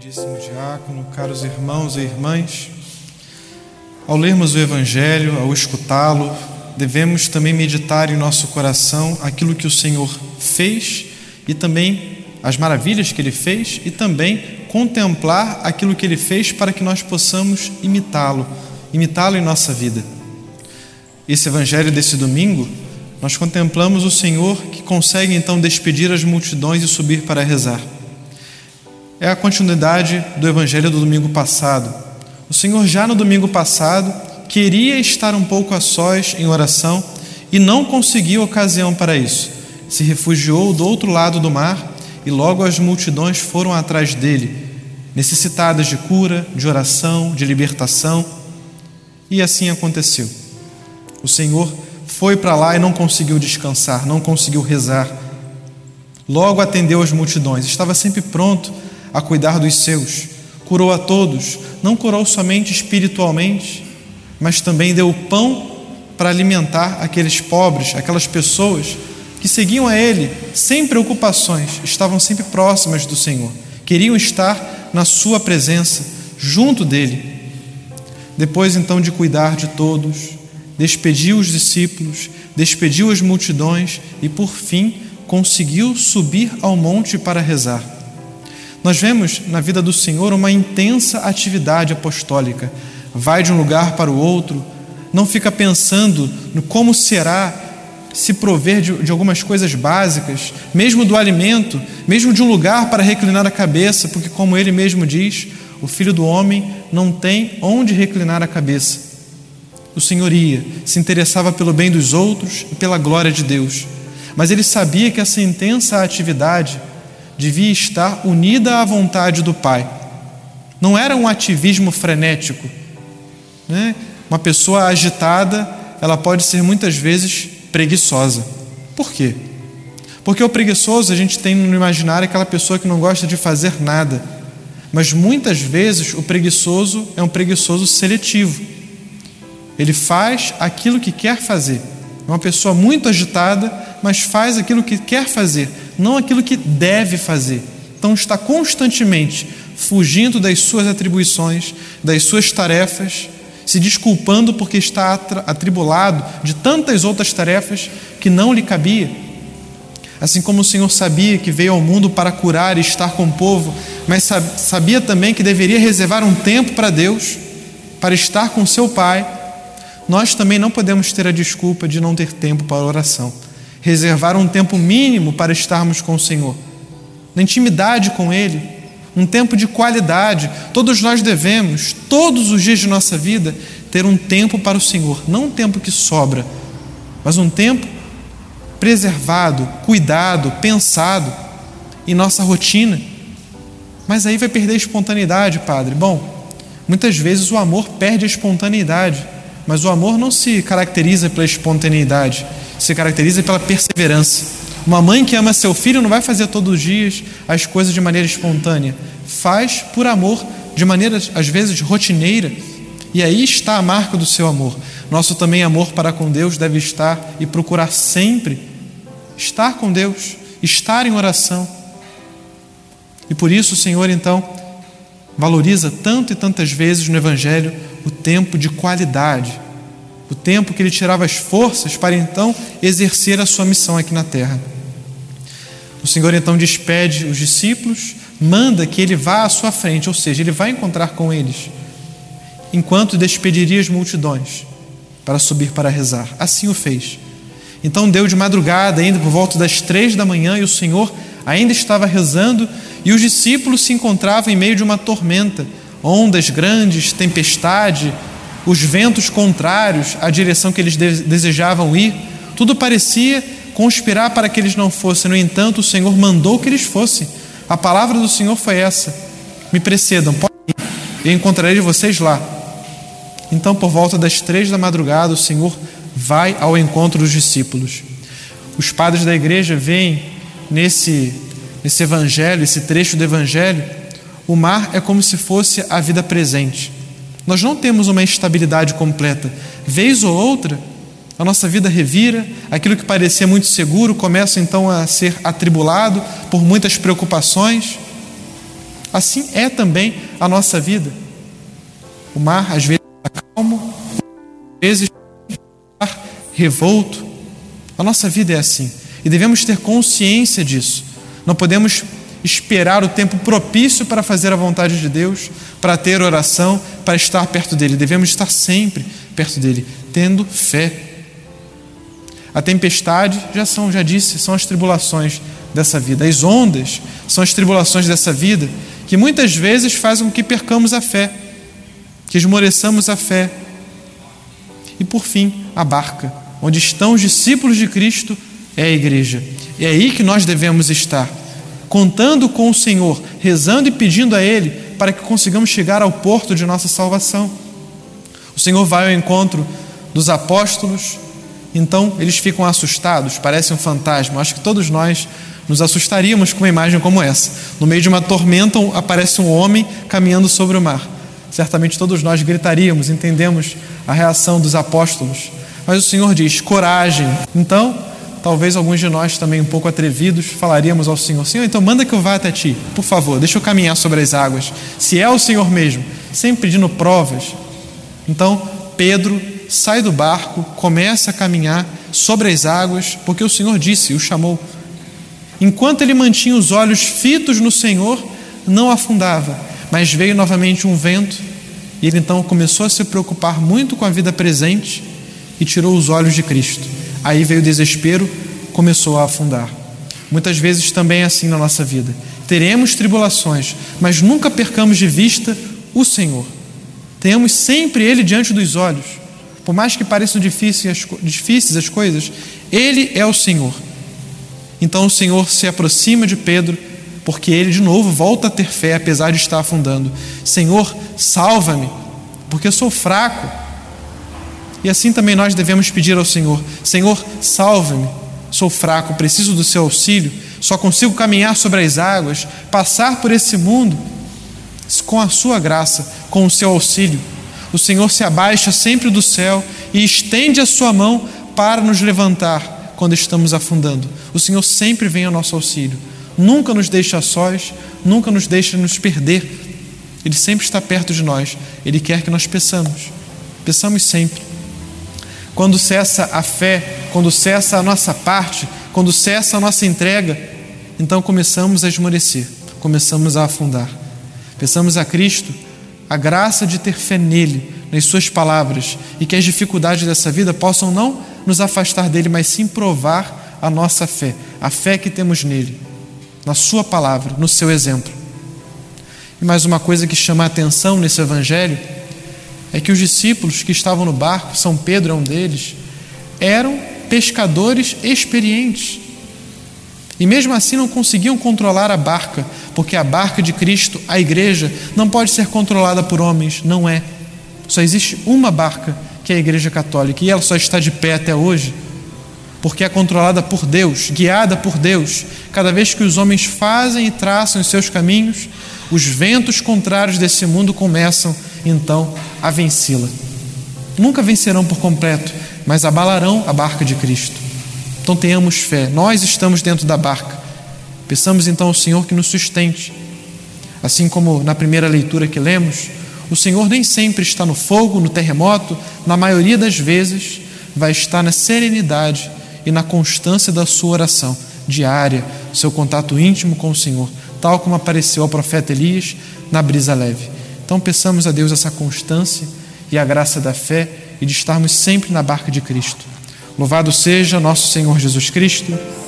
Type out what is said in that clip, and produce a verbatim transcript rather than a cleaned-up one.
Queridíssimo diácono, caros irmãos e irmãs, ao lermos o Evangelho, ao escutá-lo, devemos também meditar em nosso coração aquilo que o Senhor fez e também as maravilhas que Ele fez e também contemplar aquilo que Ele fez para que nós possamos imitá-lo, imitá-lo em nossa vida. Esse Evangelho desse domingo, nós contemplamos o Senhor que consegue então despedir as multidões e subir para rezar. É a continuidade do Evangelho do domingo passado. O Senhor já no domingo passado queria estar um pouco a sós em oração e não conseguiu ocasião para isso. Se refugiou do outro lado do mar e logo as multidões foram atrás dele, necessitadas de cura, de oração, de libertação. E assim aconteceu. O Senhor foi para lá e não conseguiu descansar, não conseguiu rezar. Logo atendeu as multidões, estava sempre pronto a cuidar dos seus. Curou a todos, não curou somente espiritualmente, mas também deu o pão para alimentar aqueles pobres, aquelas pessoas que seguiam a Ele sem preocupações, estavam sempre próximas do Senhor, queriam estar na sua presença, junto dEle. Depois então de cuidar de todos, despediu os discípulos, despediu as multidões e por fim conseguiu subir ao monte para rezar. Nós vemos na vida do Senhor uma intensa atividade apostólica. Vai de um lugar para o outro, não fica pensando no como será se prover de, de algumas coisas básicas, mesmo do alimento, mesmo de um lugar para reclinar a cabeça, porque como Ele mesmo diz, o Filho do Homem não tem onde reclinar a cabeça. O Senhor ia, se interessava pelo bem dos outros e pela glória de Deus, mas Ele sabia que essa intensa atividade devia estar unida à vontade do Pai. Não era um ativismo frenético, né? Uma pessoa agitada, ela pode ser muitas vezes preguiçosa. Por quê? Porque o preguiçoso a gente tem no imaginário aquela pessoa que não gosta de fazer nada, mas muitas vezes o preguiçoso é um preguiçoso seletivo. Ele faz aquilo que quer fazer. É uma pessoa muito agitada, mas faz aquilo que quer fazer, não aquilo que deve fazer. Então está constantemente fugindo das suas atribuições, das suas tarefas, se desculpando porque está atribulado de tantas outras tarefas que não lhe cabia. Assim como o Senhor sabia que veio ao mundo para curar e estar com o povo, mas sabia também que deveria reservar um tempo para Deus, para estar com seu Pai, nós também não podemos ter a desculpa de não ter tempo para a oração. Reservar um tempo mínimo para estarmos com o Senhor, na intimidade com Ele, um tempo de qualidade. Todos nós devemos, todos os dias de nossa vida, ter um tempo para o Senhor, não um tempo que sobra, mas um tempo preservado, cuidado, pensado em nossa rotina. Mas aí vai perder a espontaneidade, Padre. Bom, muitas vezes o amor perde a espontaneidade, mas o amor não se caracteriza pela espontaneidade, se caracteriza pela perseverança. Uma mãe que ama seu filho não vai fazer todos os dias as coisas de maneira espontânea. Faz por amor, de maneira às vezes rotineira. E aí está a marca do seu amor. Nosso também amor para com Deus deve estar e procurar sempre estar com Deus, estar em oração. E por isso o Senhor então valoriza tanto e tantas vezes no Evangelho o tempo de qualidade, o tempo que Ele tirava as forças para então exercer a sua missão aqui na terra. O Senhor então despede os discípulos, manda que Ele vá à sua frente, ou seja, Ele vai encontrar com eles, enquanto despediria as multidões para subir para rezar. Assim o fez. Então deu de madrugada, ainda por volta das três da manhã, e o Senhor ainda estava rezando, e os discípulos se encontravam em meio de uma tormenta, ondas grandes, tempestade, os ventos contrários à direção que eles desejavam ir. Tudo parecia conspirar para que eles não fossem. No entanto, o Senhor mandou que eles fossem. A palavra do Senhor foi essa: me precedam, podem ir, eu encontrarei vocês lá. Então, por volta das três da madrugada, o Senhor vai ao encontro dos discípulos. Os padres da igreja veem nesse, nesse evangelho, esse trecho do evangelho, o mar é como se fosse a vida presente. Nós não temos uma estabilidade completa. Vez ou outra, a nossa vida revira, aquilo que parecia muito seguro começa então a ser atribulado por muitas preocupações. assim é também a nossa vida. O mar às vezes está calmo, às vezes está revolto. A nossa vida é assim e devemos ter consciência disso. Não podemos esperar o tempo propício para fazer a vontade de Deus, para ter oração, para estar perto dele. Devemos estar sempre perto dele, tendo fé. A tempestade, já são, já disse, são as tribulações dessa vida. As ondas são as tribulações dessa vida, que muitas vezes fazem com que percamos a fé, que esmoreçamos a fé. E por fim, a barca, onde estão os discípulos de Cristo, é a igreja. É aí que nós devemos estar, contando com o Senhor, rezando e pedindo a Ele para que consigamos chegar ao porto de nossa salvação. O Senhor vai ao encontro dos apóstolos, então eles ficam assustados, parece um fantasma. Acho que todos nós nos assustaríamos com uma imagem como essa. No meio de uma tormenta aparece um homem caminhando sobre o mar. Certamente todos nós gritaríamos, entendemos a reação dos apóstolos. Mas o Senhor diz, coragem. Então, talvez alguns de nós também um pouco atrevidos falaríamos ao Senhor, Senhor, então manda que eu vá até Ti, por favor, deixa eu caminhar sobre as águas. Se é o Senhor mesmo, sempre pedindo provas. Então, Pedro sai do barco, começa a caminhar sobre as águas, porque o Senhor disse, o chamou. Enquanto ele mantinha os olhos fitos no Senhor, não afundava, mas veio novamente um vento, e ele então começou a se preocupar muito com a vida presente e tirou os olhos de Cristo. Aí veio o desespero, começou a afundar. Muitas vezes também é assim na nossa vida. Teremos tribulações, mas nunca percamos de vista o Senhor. Tenhamos sempre Ele diante dos olhos. Por mais que pareçam difíceis, difíceis as coisas, Ele é o Senhor. Então o Senhor se aproxima de Pedro, porque ele de novo volta a ter fé, apesar de estar afundando. Senhor, salva-me, porque eu sou fraco. E assim também nós devemos pedir ao Senhor, Senhor, salve-me, sou fraco, preciso do seu auxílio, só consigo caminhar sobre as águas, passar por esse mundo com a sua graça, com o seu auxílio. O Senhor se abaixa sempre do céu e estende a sua mão para nos levantar quando estamos afundando. O Senhor sempre vem ao nosso auxílio, nunca nos deixa sós, nunca nos deixa nos perder. Ele sempre está perto de nós, Ele quer que nós peçamos, peçamos sempre. Quando cessa a fé, quando cessa a nossa parte, quando cessa a nossa entrega, então começamos a esmorecer, começamos a afundar. Peçamos a Cristo a graça de ter fé nele, nas suas palavras, e que as dificuldades dessa vida possam não nos afastar dele, mas sim provar a nossa fé, a fé que temos nele, na sua palavra, no seu exemplo. E mais uma coisa que chama a atenção nesse evangelho é que os discípulos que estavam no barco, São Pedro é um deles, eram pescadores experientes. E mesmo assim não conseguiam controlar a barca, porque a barca de Cristo, a igreja, não pode ser controlada por homens, não é. Só existe uma barca, que é a Igreja Católica, e ela só está de pé até hoje, porque é controlada por Deus, guiada por Deus. Cada vez que os homens fazem e traçam os seus caminhos, os ventos contrários desse mundo começam então a vencê-la. Nunca vencerão por completo, mas abalarão a barca de Cristo. Então tenhamos fé, nós estamos dentro da barca. Peçamos então ao Senhor que nos sustente. Assim como na primeira leitura que lemos, o Senhor nem sempre está no fogo, no terremoto, na maioria das vezes vai estar na serenidade e na constância da sua oração diária, seu contato íntimo com o Senhor, tal como apareceu ao profeta Elias na brisa leve. Então peçamos a Deus essa constância e a graça da fé e de estarmos sempre na barca de Cristo. Louvado seja nosso Senhor Jesus Cristo.